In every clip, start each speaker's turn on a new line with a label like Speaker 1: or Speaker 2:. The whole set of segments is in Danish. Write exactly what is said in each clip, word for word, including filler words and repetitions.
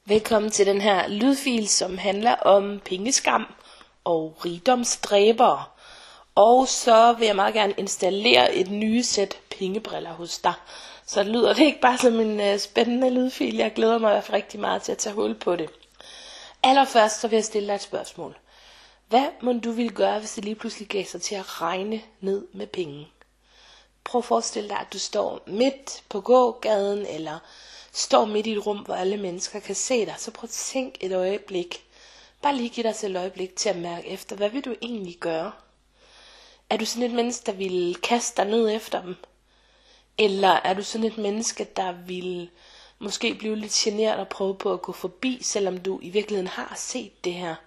Speaker 1: Velkommen til den her lydfil, som handler om pengeskam og rigdomsdræbere. Og så vil jeg meget gerne installere et nye sæt pengebriller hos dig. Så lyder det ikke bare som en uh, spændende lydfil. Jeg glæder mig i hvert fald rigtig meget til at tage hul på det. Allerførst så vil jeg stille dig et spørgsmål. Hvad må du ville gøre, hvis det lige pludselig gav sig til at regne ned med penge? Prøv at forestille dig, at du står midt på gågaden, eller står midt i et rum, hvor alle mennesker kan se dig. Så prøv at tænk et øjeblik. Bare lige give dig selv et øjeblik til at mærke efter, hvad vil du egentlig gøre? Er du sådan et menneske, der vil kaste dig ned efter dem? Eller er du sådan et menneske, der vil måske blive lidt generet og prøve på at gå forbi, selvom du i virkeligheden har set det her?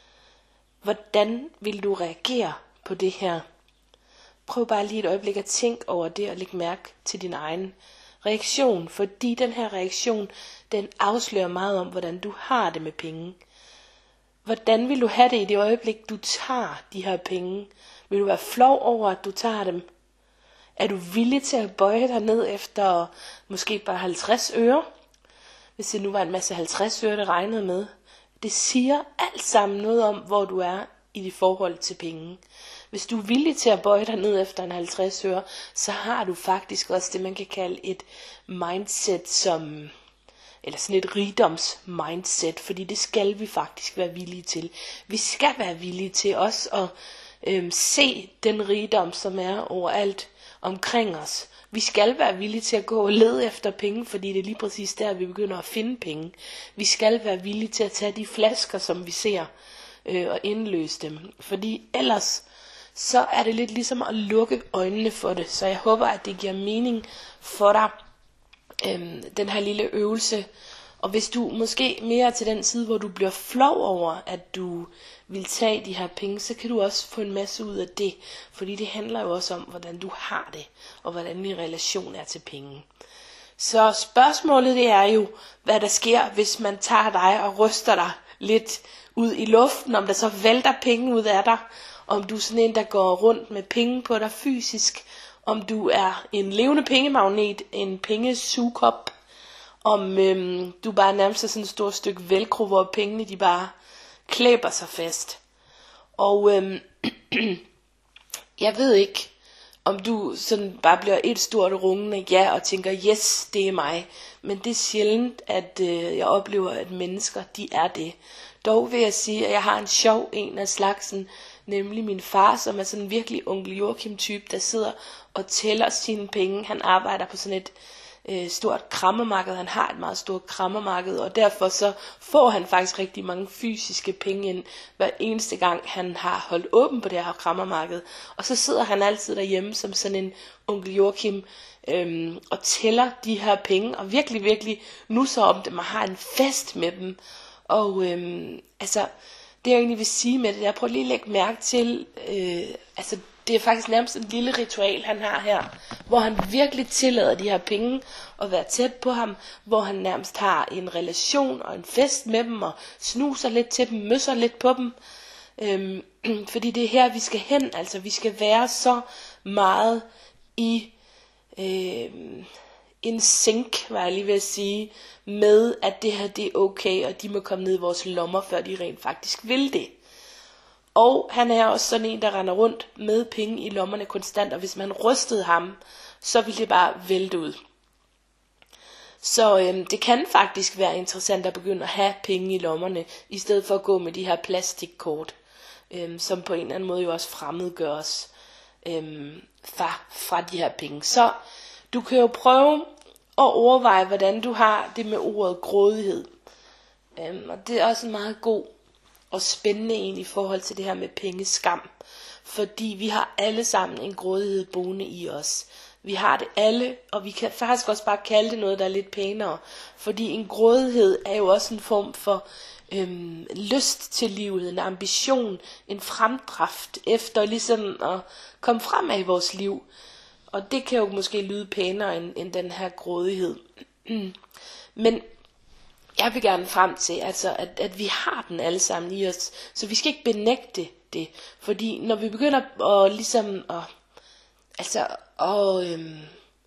Speaker 1: Hvordan vil du reagere på det her? Prøv bare lige et øjeblik at tænke over det og lægge mærke til din egen reaktion, fordi den her reaktion, den afslører meget om, hvordan du har det med penge. Hvordan vil du have det i det øjeblik, du tager de her penge? Vil du være flov over, at du tager dem? Er du villig til at bøje dig ned efter måske bare halvtreds øre? Hvis det nu var en masse halvtreds øre, det regnede med. Det siger alt sammen noget om, hvor du er i dit forhold til penge. Hvis du er villig til at bøje dig ned efter en halvtreds øre, så har du faktisk også det, man kan kalde et mindset, som, eller sådan et rigdoms-mindset, fordi det skal vi faktisk være villige til. Vi skal være villige til også at øhm, se den rigdom, som er overalt omkring os. Vi skal være villige til at gå og lede efter penge, fordi det er lige præcis der, vi begynder at finde penge. Vi skal være villige til at tage de flasker, som vi ser, øh, og indløse dem. Fordi ellers så er det lidt ligesom at lukke øjnene for det. Så jeg håber, at det giver mening for dig, øhm, den her lille øvelse. Og hvis du måske mere til den side, hvor du bliver flov over, at du vil tage de her penge, så kan du også få en masse ud af det. Fordi det handler jo også om, hvordan du har det, og hvordan din relation er til penge. Så spørgsmålet det er jo, hvad der sker, hvis man tager dig og ryster dig lidt ud i luften, om der så vælter penge ud af dig, om du er sådan en, der går rundt med penge på dig fysisk, om du er en levende pengemagnet, en pengesugekop, om øhm, du bare nærmest er sådan et stort stykke velcro, hvor pengene de bare klæber sig fast. Og øhm, jeg ved ikke, om du sådan bare bliver et stort rungende ja og tænker, yes, det er mig. Men det er sjældent, at øh, jeg oplever, at mennesker, de er det. Dog vil jeg sige, at jeg har en sjov en af slagsen, nemlig min far, som er sådan en virkelig onkel Joachim type, der sidder og tæller sine penge. Han arbejder på sådan et øh, stort krammermarked. Han har et meget stort krammermarked, og derfor så får han faktisk rigtig mange fysiske penge ind, hver eneste gang han har holdt åben på det her krammermarked. Og så sidder han altid derhjemme som sådan en onkel Joachim øhm, og tæller de her penge, og virkelig, virkelig nusser om dem og har en fest med dem. Og øhm, altså, det jeg egentlig vil sige med det, jeg prøver lige at lægge mærke til, øh, altså det er faktisk nærmest en lille ritual, han har her, hvor han virkelig tillader de her penge at være tæt på ham, hvor han nærmest har en relation og en fest med dem, og snuser lidt til dem, møsser lidt på dem, øhm, fordi det er her, vi skal hen, altså vi skal være så meget i øh, en sync, var jeg lige ved at sige, med at det her det er okay, og de må komme ned i vores lommer, før de rent faktisk vil det. Og han er også sådan en, der render rundt med penge i lommerne konstant, og hvis man rystede ham, så ville det bare vælte ud. Så øhm, det kan faktisk være interessant at begynde at have penge i lommerne, i stedet for at gå med de her plastikkort, øhm, som på en eller anden måde jo også fremmedgøres øhm, fra, fra de her penge. Så du kan jo prøve at overveje, hvordan du har det med ordet grådighed. Øhm, og det er også en meget god og spændende en i forhold til det her med pengeskam. Fordi vi har alle sammen en grådighed boende i os. Vi har det alle, og vi kan faktisk også bare kalde det noget, der er lidt pænere. Fordi en grådighed er jo også en form for øhm, lyst til livet, en ambition, en fremdrift efter ligesom at komme fremad i vores liv. Og det kan jo måske lyde pænere end, end den her grådighed. Men jeg vil gerne frem til, altså, at, at vi har den alle sammen i os, så vi skal ikke benægte det. Fordi når vi begynder at, ligesom, at, altså, at, øhm,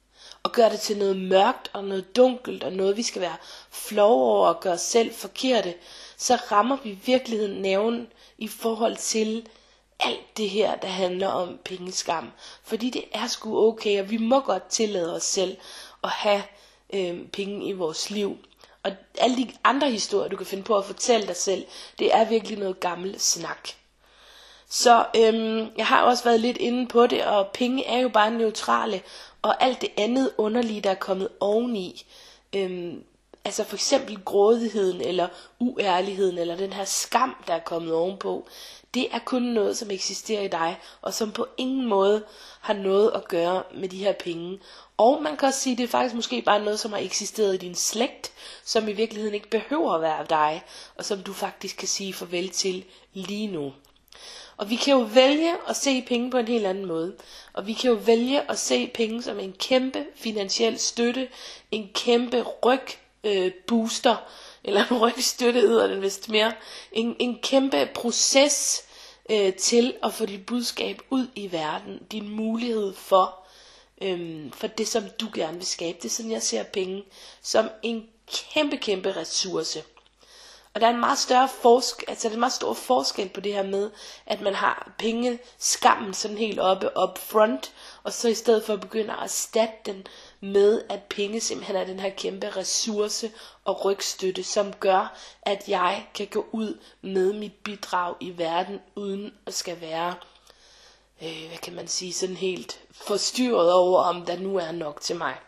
Speaker 1: og gør det til noget mørkt og noget dunkelt og noget vi skal være flove over og gøre os selv forkerte, så rammer vi i virkeligheden nerven i forhold til alt det her, der handler om pengeskam. Fordi det er sgu okay, og vi må godt tillade os selv at have øh, penge i vores liv. Og alle de andre historier, du kan finde på at fortælle dig selv, det er virkelig noget gammel snak. Så øhm, jeg har også været lidt inde på det, og penge er jo bare neutrale, og alt det andet underlige, der er kommet oveni, øhm, altså for eksempel grådigheden, eller uærligheden, eller den her skam, der er kommet ovenpå, det er kun noget, som eksisterer i dig, og som på ingen måde har noget at gøre med de her penge. Og man kan også sige, at det er faktisk måske bare noget, som har eksisteret i din slægt, som i virkeligheden ikke behøver at være dig, og som du faktisk kan sige farvel til lige nu. Og vi kan jo vælge at se penge på en helt anden måde. Og vi kan jo vælge at se penge som en kæmpe finansiel støtte, en kæmpe ryg øh, booster, eller en rygstøtte hedder den vist mere, en, en kæmpe proces øh, til at få dit budskab ud i verden, din mulighed for, øh, for det som du gerne vil skabe. Det er sådan jeg ser penge, som en kæmpe kæmpe ressource. Og der er en meget større forskel, altså der er en meget stor forskel på det her med, at man har pengeskammen sådan helt oppe up front, og så i stedet for at begynde at erstatte den med, at penge simpelthen er den her kæmpe ressource og rygstøtte, som gør, at jeg kan gå ud med mit bidrag i verden, uden at skal være, øh, hvad kan man sige, sådan helt forstyrret over, om der nu er nok til mig.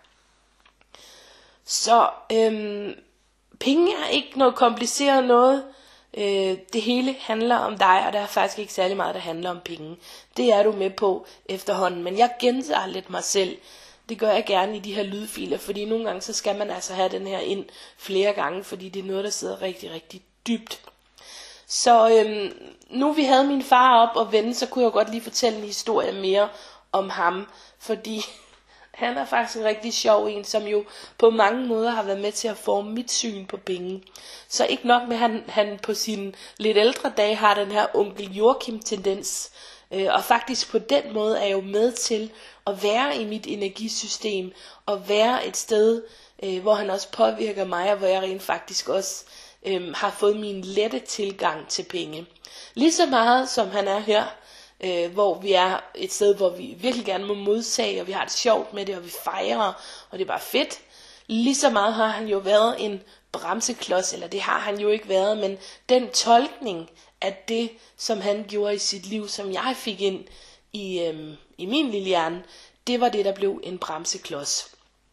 Speaker 1: Så, øhm, penge er ikke noget kompliceret noget. Øh, det hele handler om dig, og der er faktisk ikke særlig meget, der handler om penge. Det er du med på efterhånden, men jeg gentager lidt mig selv. Det gør jeg gerne i de her lydfiler, fordi nogle gange så skal man altså have den her ind flere gange, fordi det er noget, der sidder rigtig, rigtig dybt. Så øhm, nu vi havde min far op og vende, så kunne jeg godt lige fortælle en historie mere om ham, fordi han er faktisk en rigtig sjov en, som jo på mange måder har været med til at forme mit syn på penge. Så ikke nok med, at han, han på sine lidt ældre dage har den her onkel Joachim-tendens, øh, og faktisk på den måde er jeg jo med til at være i mit energisystem, og være et sted, øh, hvor han også påvirker mig, og hvor jeg rent faktisk også øh, har fået min lette tilgang til penge. Lige så meget som han er her, Øh, hvor vi er et sted, hvor vi virkelig gerne må modsage, og vi har det sjovt med det, og vi fejrer, og det er bare fedt. Lige så meget har han jo været en bremseklods, eller det har han jo ikke været, men den tolkning af det, som han gjorde i sit liv, som jeg fik ind i, øhm, i min lille hjerne, det var det, der blev en bremseklods.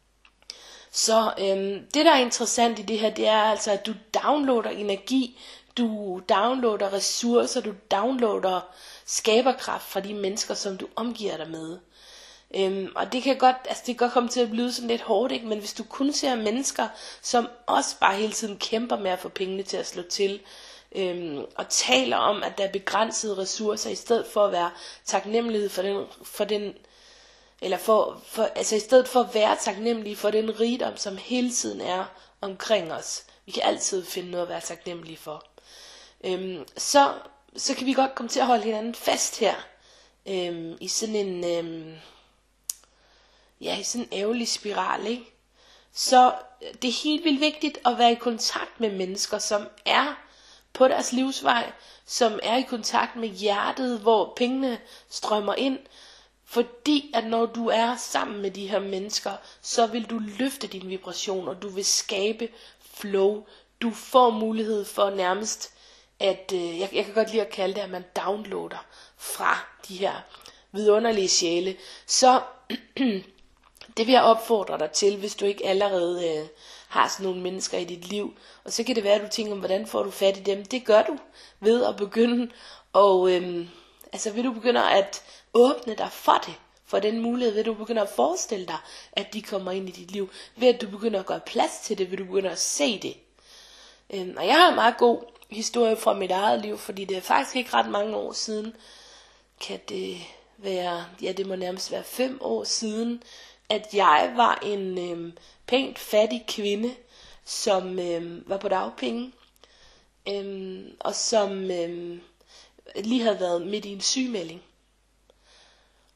Speaker 1: Så øhm, det, der er interessant i det her, det er altså, at du downloader energi, du downloader ressourcer, du downloader skaberkraft fra de mennesker, som du omgiver dig med. Øhm, og det kan godt, altså det kan godt komme til at lyde sådan lidt hårdt, ikke? Men hvis du kun ser mennesker, som også bare hele tiden kæmper med at få pengene til at slå til, øhm, og taler om, at der er begrænsede ressourcer, i stedet for at være taknemmelighed for den, for den eller for, for, altså i stedet for at være taknemmelige for den rigdom, som hele tiden er omkring os. Vi kan altid finde noget at være taknemmelige for. Øhm, så så kan vi godt komme til at holde hinanden fast her, øhm, i sådan en, øhm, ja, i sådan en ærgerlig spiral, ikke? Så det er helt vildt vigtigt at være i kontakt med mennesker, som er på deres livsvej, som er i kontakt med hjertet, hvor pengene strømmer ind, fordi at når du er sammen med de her mennesker, så vil du løfte din vibration, og du vil skabe flow. Du får mulighed for nærmest at øh, jeg, jeg kan godt lide at kalde det, at man downloader fra de her vidunderlige sjæle. Så det vil jeg opfordre dig til, hvis du ikke allerede øh, har sådan nogle mennesker i dit liv. Og så kan det være, at du tænker, hvordan får du fat i dem? Det gør du ved at begynde, og øh, altså vil du begynde at åbne dig for det, for den mulighed, ved du begynder at forestille dig, at de kommer ind i dit liv, ved at du begynder at gøre plads til det, ved du begynder at se det. Øh, og jeg har en meget god historie fra mit eget liv, fordi det er faktisk ikke ret mange år siden, kan det være, ja det må nærmest være fem år siden, at jeg var en øh, pænt fattig kvinde, som øh, var på dagpenge, øh, og som øh, lige havde været midt i en sygemelding.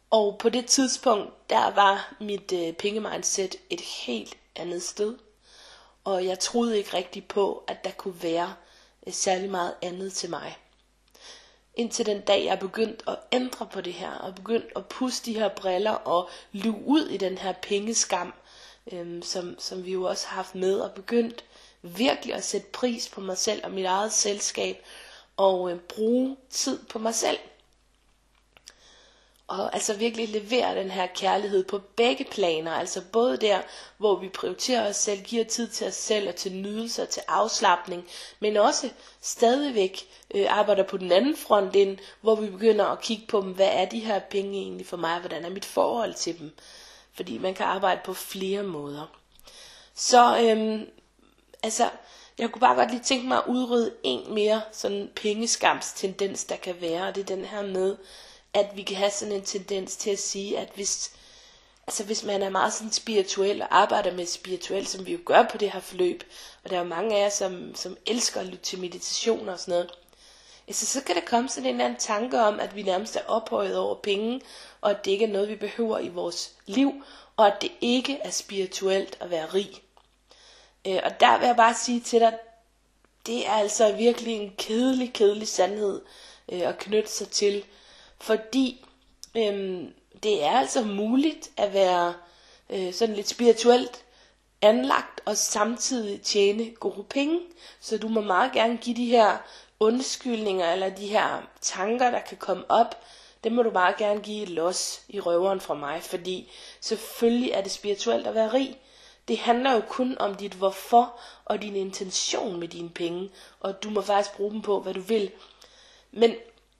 Speaker 1: Og på det tidspunkt, der var mit øh, pengemindset et helt andet sted. Og jeg troede ikke rigtig på, at der kunne være øh, særlig meget andet til mig. Indtil den dag, jeg begyndte at ændre på det her, og begyndte at pusse de her briller og luge ud i den her pengeskam, øhm, som, som vi jo også har haft med, og begyndt virkelig at sætte pris på mig selv og mit eget selskab, og øh, bruge tid på mig selv. Og altså virkelig levere den her kærlighed på begge planer, altså både der, hvor vi prioriterer os selv, giver tid til os selv og til nydelse og til afslapning, men også stadigvæk øh, arbejder på den anden front ind, hvor vi begynder at kigge på dem, hvad er de her penge egentlig for mig, hvordan er mit forhold til dem, fordi man kan arbejde på flere måder. Så øhm, altså, jeg kunne bare godt lige tænke mig at udrydde en mere sådan pengeskamstendens, der kan være, og det er den her med, at vi kan have sådan en tendens til at sige, at hvis, altså hvis man er meget sådan spirituel og arbejder med spirituel, som vi jo gør på det her forløb, og der er jo mange af jer, som, som elsker at lytte til meditationer og sådan noget, altså så kan der komme sådan en eller anden tanke om, at vi nærmest er ophøjet over penge, og at det ikke er noget, vi behøver i vores liv, og at det ikke er spirituelt at være rig. Øh, og der vil jeg bare sige til dig, det er altså virkelig en kedelig, kedelig sandhed øh, at knytte sig til, fordi øhm, det er altså muligt at være øh, sådan lidt spirituelt anlagt og samtidig tjene gode penge. Så du må meget gerne give de her undskyldninger eller de her tanker, der kan komme op, det må du bare gerne give et los i røveren fra mig, fordi selvfølgelig er det spirituelt at være rig. Det handler jo kun om dit hvorfor og din intention med dine penge, og du må faktisk bruge dem på, hvad du vil. Men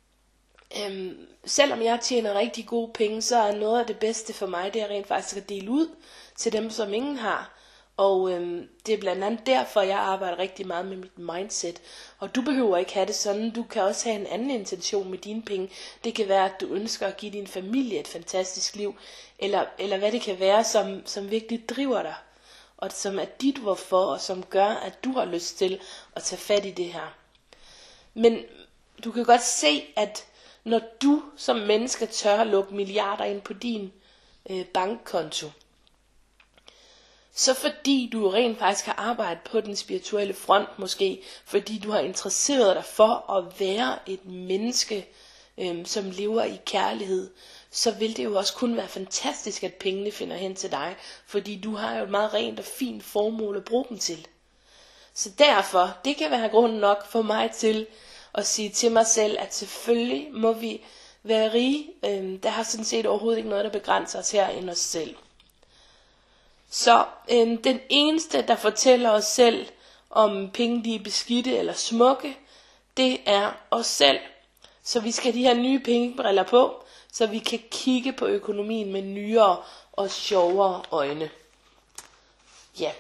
Speaker 1: Øhm, selvom jeg tjener rigtig gode penge, så er noget af det bedste for mig, det er rent faktisk at dele ud til dem, som ingen har. Og øhm, det er blandt andet derfor, jeg arbejder rigtig meget med mit mindset. Og du behøver ikke have det sådan, du kan også have en anden intention med dine penge. Det kan være, at du ønsker at give din familie et fantastisk liv, eller, eller hvad det kan være, som, som virkelig driver dig, og som er dit hvorfor, og som gør, at du har lyst til at tage fat i det her. Men du kan godt se, at når du som menneske tør at lukke milliarder ind på din øh, bankkonto, så fordi du rent faktisk har arbejdet på den spirituelle front måske, fordi du har interesseret dig for at være et menneske, øh, som lever i kærlighed, så vil det jo også kun være fantastisk, at pengene finder hen til dig, fordi du har jo et meget rent og fint formål at bruge dem til. Så derfor, det kan være grunden nok for mig til og sige til mig selv, at selvfølgelig må vi være rige. Øhm, der har sådan set overhovedet ikke noget, der begrænser os her end os selv. Så øhm, den eneste, der fortæller os selv, om penge de er beskidte eller smukke, det er os selv. Så vi skal have de her nye pengebriller på, så vi kan kigge på økonomien med nyere og sjovere øjne. Ja.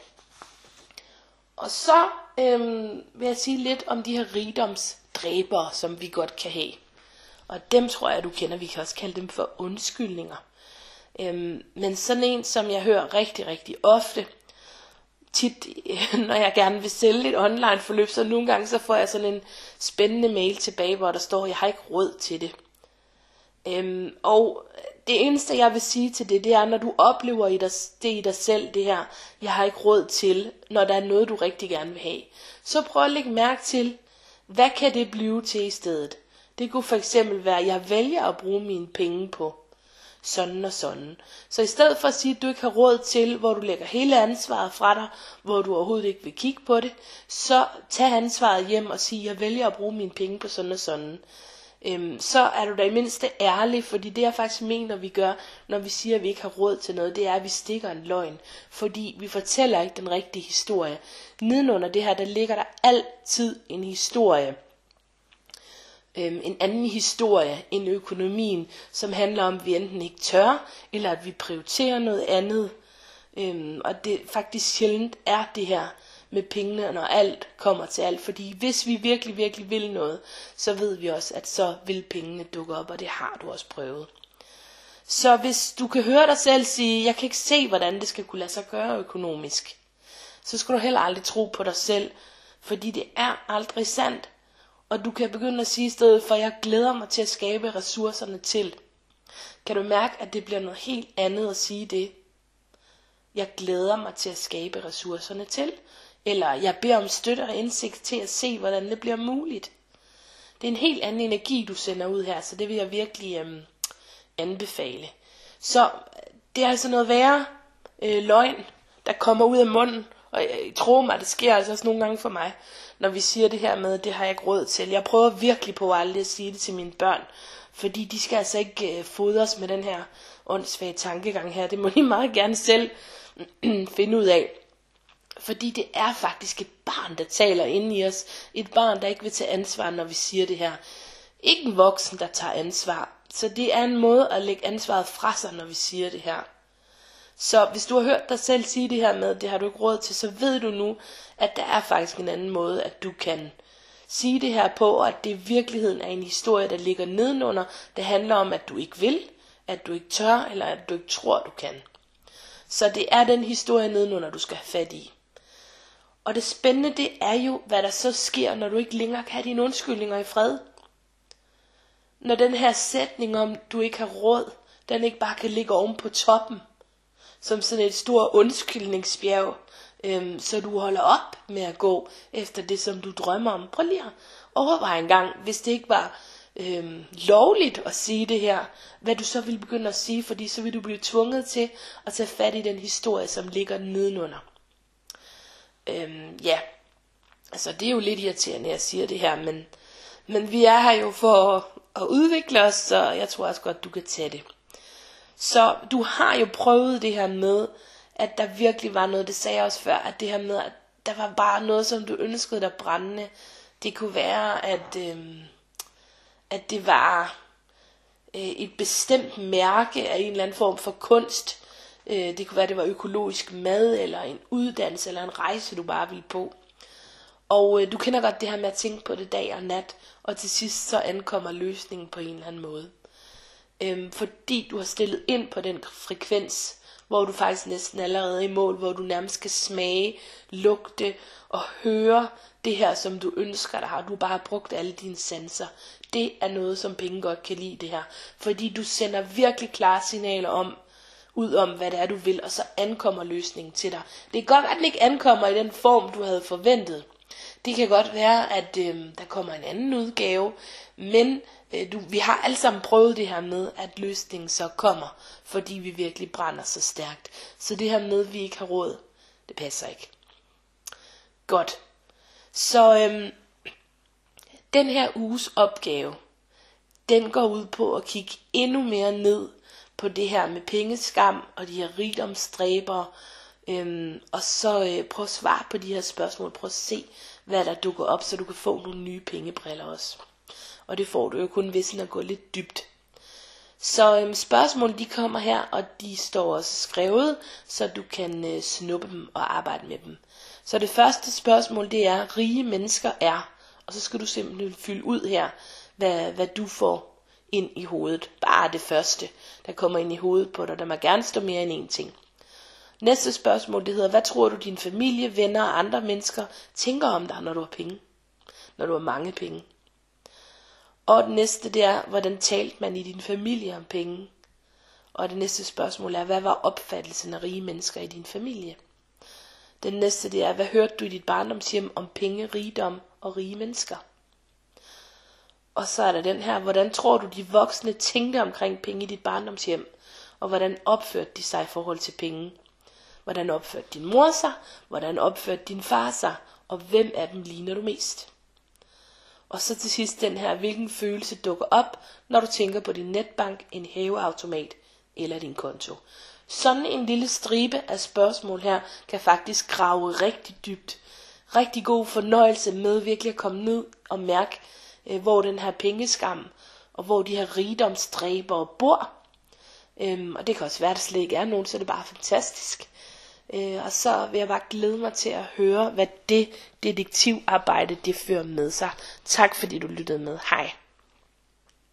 Speaker 1: Og så øhm, vil jeg sige lidt om de her rigdomsdræbere, som vi godt kan have. Og dem tror jeg, du kender. Vi kan også kalde dem for undskyldninger. Øhm, men sådan en, som jeg hører rigtig, rigtig ofte, tit, når jeg gerne vil sælge et online forløb, så nogle gange så får jeg sådan en spændende mail tilbage, hvor der står, jeg har ikke råd til det. Øhm, og det eneste jeg vil sige til det, det er, når du oplever i dig, det i dig selv, det her, jeg har ikke råd til, når der er noget du rigtig gerne vil have, så prøv at lægge mærke til, hvad kan det blive til i stedet. Det kunne for eksempel være, at jeg vælger at bruge mine penge på sådan og sådan. Så i stedet for at sige, at du ikke har råd til, hvor du lægger hele ansvaret fra dig, hvor du overhovedet ikke vil kigge på det, så tag ansvaret hjem og sig, at jeg vælger at bruge mine penge på sådan og sådan. Øhm, så er du da i mindste ærlig, fordi det jeg faktisk mener vi gør, når vi siger at vi ikke har råd til noget, det er at vi stikker en løgn, fordi vi fortæller ikke den rigtige historie. Nedenunder det her, der ligger der altid en historie, øhm, en anden historie end økonomien, som handler om at vi enten ikke tør, eller at vi prioriterer noget andet, øhm, og det faktisk sjældent er det her med pengene, når alt kommer til alt. Fordi hvis vi virkelig, virkelig vil noget, så ved vi også, at så vil pengene dukke op, og det har du også prøvet. Så hvis du kan høre dig selv sige, jeg kan ikke se, hvordan det skal kunne lade sig gøre økonomisk, så skal du heller aldrig tro på dig selv, fordi det er aldrig sandt. Og du kan begynde at sige i stedet for, jeg glæder mig til at skabe ressourcerne til. Kan du mærke, at det bliver noget helt andet at sige det? Jeg glæder mig til at skabe ressourcerne til. Eller jeg beder om støtte og indsigt til at se, hvordan det bliver muligt. Det er en helt anden energi, du sender ud her, så det vil jeg virkelig øhm, anbefale. Så det er altså noget værre øh, løgn, der kommer ud af munden. Og jeg tror mig, det sker altså også nogle gange for mig, når vi siger det her med, det har jeg ikke råd til. Jeg prøver virkelig på aldrig at sige det til mine børn, fordi de skal altså ikke øh, fodres med den her åndssvage tankegang her. Det må de meget gerne selv finde ud af. Fordi det er faktisk et barn, der taler inde i os. Et barn, der ikke vil tage ansvar, når vi siger det her. Ikke en voksen, der tager ansvar. Så det er en måde at lægge ansvaret fra sig, når vi siger det her. Så hvis du har hørt dig selv sige det her med, det har du ikke råd til, så ved du nu, at der er faktisk en anden måde, at du kan sige det her på, og at det i virkeligheden er en historie, der ligger nedenunder. Det handler om, at du ikke vil, at du ikke tør, eller at du ikke tror, du kan. Så det er den historie nedenunder, du skal have fat i. Og det spændende, det er jo, hvad der så sker, når du ikke længere kan have dine undskyldninger i fred. Når den her sætning om, du ikke har råd, den ikke bare kan ligge oven på toppen, som sådan et stort undskyldningsbjerg, øhm, så du holder op med at gå efter det, som du drømmer om. Prøv lige at overveje en gang, hvis det ikke var øhm, lovligt at sige det her, hvad du så ville begynde at sige, fordi så vil du blive tvunget til at tage fat i den historie, som ligger nedenunder. Øhm, ja, altså det er jo lidt irriterende, at jeg siger det her, men, men vi er her jo for at, at udvikle os, så jeg tror også godt, du kan tage det. Så du har jo prøvet det her med, at der virkelig var noget, det sagde jeg også før, at det her med, at der var bare noget, som du ønskede dig brændende. Det kunne være, at, øhm, at det var øh, et bestemt mærke af en eller anden form for kunst. Øh, det kunne være, det var økologisk mad, eller en uddannelse, eller en rejse, du bare ville på. Og øh, du kender godt det her med at tænke på det dag og nat, og til sidst så ankommer løsningen på en eller anden måde. Øhm, fordi du har stillet ind på den frekvens, hvor du faktisk næsten allerede er i mål, hvor du nærmest kan smage, lugte og høre det her, som du ønsker dig, og du bare har brugt alle dine sanser. Det er noget, som penge godt kan lide, det her. Fordi du sender virkelig klare signaler om, ud om, hvad det er, du vil, og så ankommer løsningen til dig. Det kan godt være, at den ikke ankommer i den form, du havde forventet. Det kan godt være, at øh, der kommer en anden udgave, men øh, du, vi har alle sammen prøvet det her med, at løsningen så kommer, fordi vi virkelig brænder så stærkt. Så det her med, at vi ikke har råd, det passer ikke. Godt. Så øh, den her uges opgave, den går ud på at kigge endnu mere ned på det her med pengeskam og de her rigdomsstræbere, øhm, og så øh, prøv at svare på de her spørgsmål. Prøv at se, hvad der dukker op, så du kan få nogle nye pengebriller også. Og det får du jo kun ved sådan at gå lidt dybt. Så øhm, spørgsmål, de kommer her, og de står også skrevet, så du kan øh, snuppe dem og arbejde med dem. Så det første spørgsmål, det er, rige mennesker er, og så skal du simpelthen fylde ud her, hvad, hvad du får ind i hovedet. Bare det første, der kommer ind i hovedet på dig. Der må gerne stå mere end en ting. Næste spørgsmål, det hedder, hvad tror du din familie, venner og andre mennesker tænker om dig, når du har penge? Når du har mange penge. Og det næste, det er, hvordan talte man i din familie om penge? Og det næste spørgsmål er, hvad var opfattelsen af rige mennesker i din familie? Den næste, det er, hvad hørte du i dit barndomshjem om penge, rigdom og rige mennesker? Og så er der den her, hvordan tror du de voksne tænkte omkring penge i dit barndomshjem? Og hvordan opførte de sig i forhold til penge? Hvordan opførte din mor sig? Hvordan opførte din far sig? Og hvem af dem ligner du mest? Og så til sidst den her, hvilken følelse dukker op, når du tænker på din netbank, en hæveautomat eller din konto? Sådan en lille stribe af spørgsmål her kan faktisk grave rigtig dybt. Rigtig god fornøjelse med virkelig at komme ned og mærke, øh, hvor den her pengeskam og hvor de her rigdomsstræbere bor. Øhm, og det kan også være, at der slet ikke er nogen, så det er bare fantastisk. Øh, og så vil jeg bare glæde mig til at høre, hvad det detektivarbejde det fører med sig. Tak fordi du lyttede med. Hej.